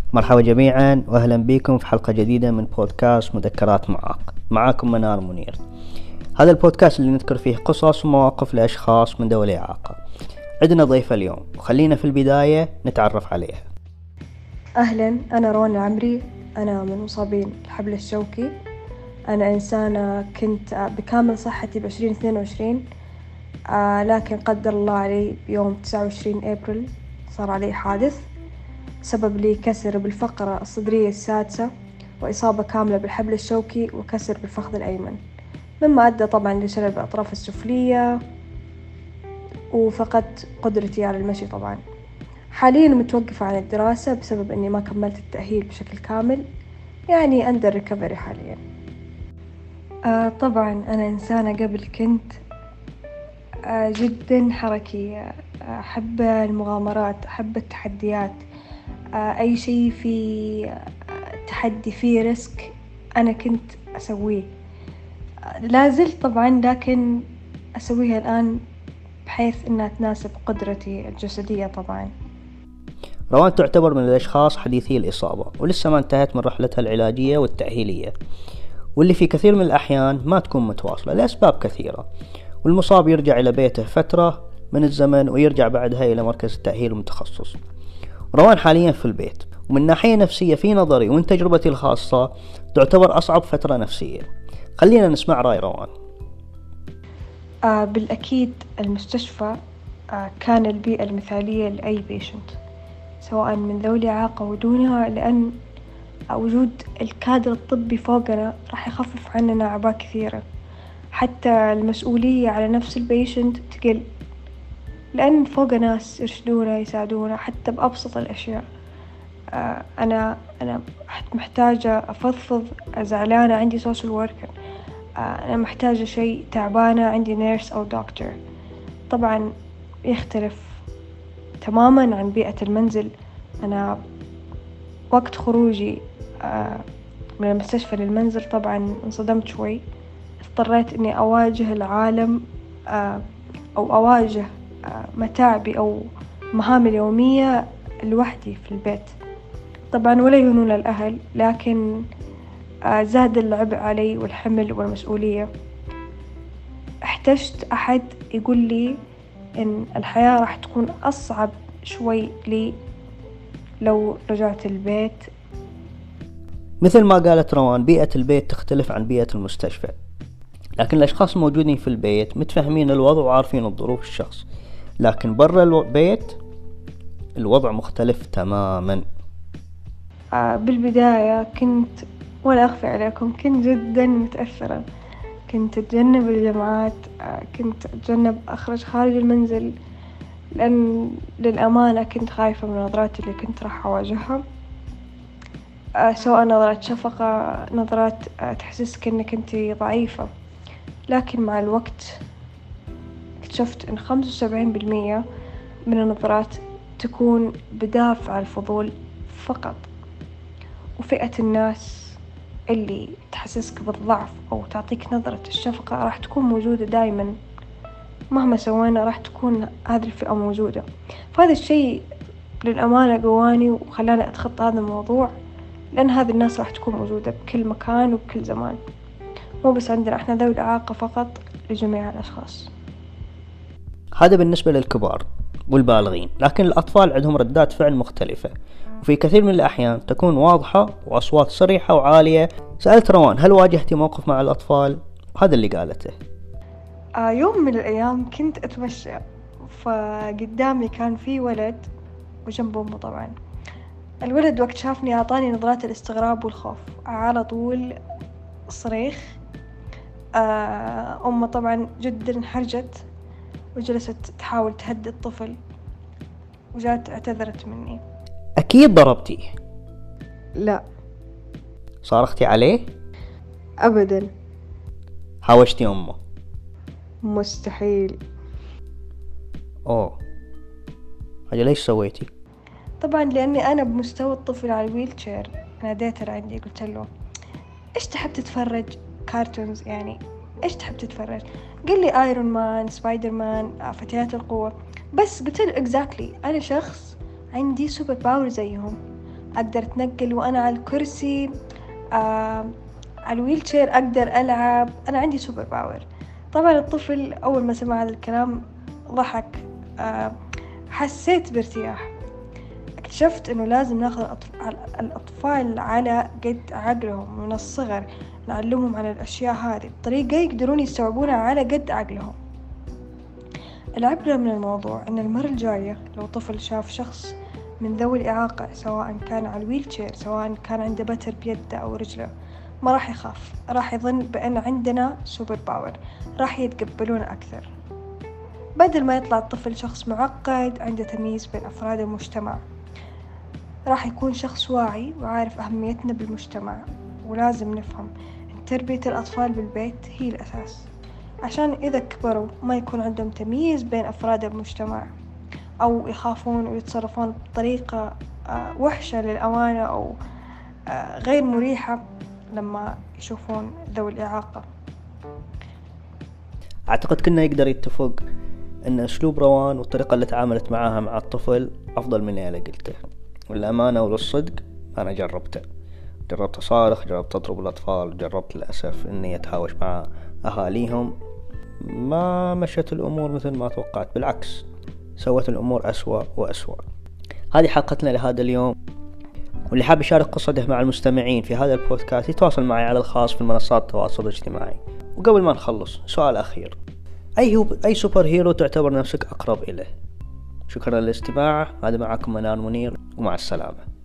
مرحبا جميعا وأهلا بكم في حلقة جديدة من بودكاست مذكرات معاكم منار منير. هذا البودكاست اللي نذكر فيه قصص ومواقف لأشخاص من ذوي الإعاقة. عندنا ضيفة اليوم وخلينا في البداية نتعرف عليها. أهلا، أنا روان العمري، أنا من مصابين الحبل الشوكي. أنا إنسانة كنت بكامل صحتي ب2022، لكن قدر الله علي بيوم 29 أبريل صار علي حادث سبب لي كسر بالفقرة الصدرية السادسة وإصابة كاملة بالحبل الشوكي وكسر بالفخذ الأيمن، مما أدى طبعا لشلل بالأطراف السفلية وفقدت قدرتي على المشي. طبعا حاليا متوقفة عن الدراسة بسبب أني ما كملت التأهيل بشكل كامل، يعني under recovery حاليا. طبعا أنا إنسانة قبل كنت جدا حركية، أحب المغامرات، أحب التحديات، أي شيء في تحدي فيه ريسك أنا كنت أسويه، لازلت طبعا، لكن أسويها الآن بحيث أنها تناسب قدرتي الجسدية. طبعا روان تعتبر من الأشخاص حديثي الإصابة ولسه ما انتهت من رحلتها العلاجية والتأهيلية، واللي في كثير من الأحيان ما تكون متواصلة لأسباب كثيرة، والمصاب يرجع إلى بيته فترة من الزمن ويرجع بعدها إلى مركز التأهيل المتخصص. روان حاليا في البيت، ومن ناحية نفسية في نظري ومن تجربتي الخاصة تعتبر أصعب فترة نفسية. خلينا نسمع رأي روان. بالأكيد المستشفى كان البيئة المثالية لأي بيشنت، سواء من ذوي الإعاقة ودونها، لأن وجود الكادر الطبي فوقنا راح يخفف عننا أعباء كثيرة. حتى المسؤولية على نفس البيشنت تقل، لأن فوق ناس يرشدونا يساعدونا حتى بأبسط الأشياء. أنا محتاجة أفضفض، زعلانة عندي سوشيال وركر، أنا محتاجة شيء تعبانة عندي نيرس أو دكتور. طبعا يختلف تماما عن بيئة المنزل. أنا وقت خروجي من المستشفى للمنزل طبعا انصدمت شوي، اضطريت اني اواجه العالم او اواجه متاعبي او مهامي اليومية لوحدي في البيت. طبعا ولا يهونون الأهل، لكن زاد العبء علي والحمل والمسؤولية. احتجت أحد يقول لي إن الحياة راح تكون أصعب شوي لي لو رجعت البيت. مثل ما قالت روان، بيئة البيت تختلف عن بيئة المستشفى، لكن الأشخاص الموجودين في البيت متفهمين الوضع وعارفين الظروف الشخص، لكن برا البيت الوضع مختلف تماما. بالبداية كنت، ولا أخفي عليكم، كنت جدا متأثرة. كنت أتجنب الجامعات، كنت أتجنب أخرج خارج المنزل، لأن للأمانة كنت خايفة من النظرات اللي كنت راح أواجهها، سواء نظرات شفقة، نظرات تحسسك إنك أنت ضعيفة. لكن مع الوقت اكتشفت إن 75% من النظرات تكون بدافع الفضول فقط، وفئة الناس اللي تحسسك بالضعف أو تعطيك نظرة الشفقة راح تكون موجودة دايما، مهما سوينا راح تكون هذه الفئة موجودة. فهذا الشيء للأمانة قواني وخلاني أتخطى هذا الموضوع، لأن هذه الناس راح تكون موجودة بكل مكان وبكل زمان، مو بس عندنا إحنا ذوي الإعاقة فقط، لجميع الأشخاص. هذا بالنسبة للكبار والبالغين، لكن الأطفال عندهم ردات فعل مختلفة، وفي كثير من الأحيان تكون واضحة وأصوات صريحة وعالية. سألت روان هل واجهتي موقف مع الأطفال؟ وهذا اللي قالته. يوم من الأيام كنت أتمشى، فقدامي كان في ولد وجنبه أمه. طبعا الولد وقت شافني أعطاني نظرات الاستغراب والخوف، على طول صريخ. أمه طبعا جدا انحرجت وجلست تحاول تهدي الطفل، وجات اعتذرت مني. أكيد ضربتيه؟ لا صارختي عليه؟ أبدا، هاوشتي أمه؟ مستحيل. أوه، هذا ليش سويتي؟ طبعا لأني أنا بمستوى الطفل على الويلتشير، ناديته لعندي قلت له إيش تحب تتفرج كارتونز، يعني إيش تحب تتفرج؟ قال لي آيرون مان، سبايدر مان، فتيات القوة. بس قلت له exactly أنا شخص عندي سوبر باور زيهم، أقدر أتنقل وأنا على الكرسي، على الويلتشير أقدر ألعب، أنا عندي سوبر باور. طبعا الطفل أول ما سمع هذا الكلام ضحك. حسيت بارتياح. اكتشفت إنه لازم ناخذ الأطفال على قد عقلهم من الصغر، نعلمهم على الأشياء هذه بطريقة يقدرون يستوعبونها على قد عقلهم. العبرة من الموضوع إن المرة الجاية لو طفل شاف شخص من ذوي الإعاقة، سواء كان على الويلتشير، سواء كان عنده بتر بيده أو رجله، ما راح يخاف، راح يظن بأن عندنا سوبر باور، راح يتقبلون أكثر، بدل ما يطلع الطفل شخص معقد عنده تمييز بين أفراد المجتمع. راح يكون شخص واعي وعارف أهميتنا بالمجتمع. ولازم نفهم أن تربية الأطفال بالبيت هي الأساس، عشان إذا كبروا ما يكون عندهم تمييز بين أفراد المجتمع، أو يخافون ويتصرفون بطريقة وحشة للأمانة، أو غير مريحة لما يشوفون ذوي الإعاقة. أعتقد كنا يقدر يتفق أن أسلوب روان والطريقة اللي تعاملت معاها مع الطفل أفضل من اللي قلته. والأمانة وللصدق أنا جربت أصارخ، جربت أضرب الأطفال، جربت للأسف أني أتهاوش مع أهاليهم. ما مشت الأمور مثل ما توقعت، بالعكس سوت الأمور أسوأ وأسوأ. هذه حلقتنا لهذا اليوم، واللي حاب يشارك قصته مع المستمعين في هذا البودكاست يتواصل معي على الخاص في منصات التواصل الاجتماعي. وقبل ما نخلص سؤال أخير: أي سوبر هيرو تعتبر نفسك أقرب إليه؟ شكرا للاستماع. هذا معكم منال منير، ومع السلامة.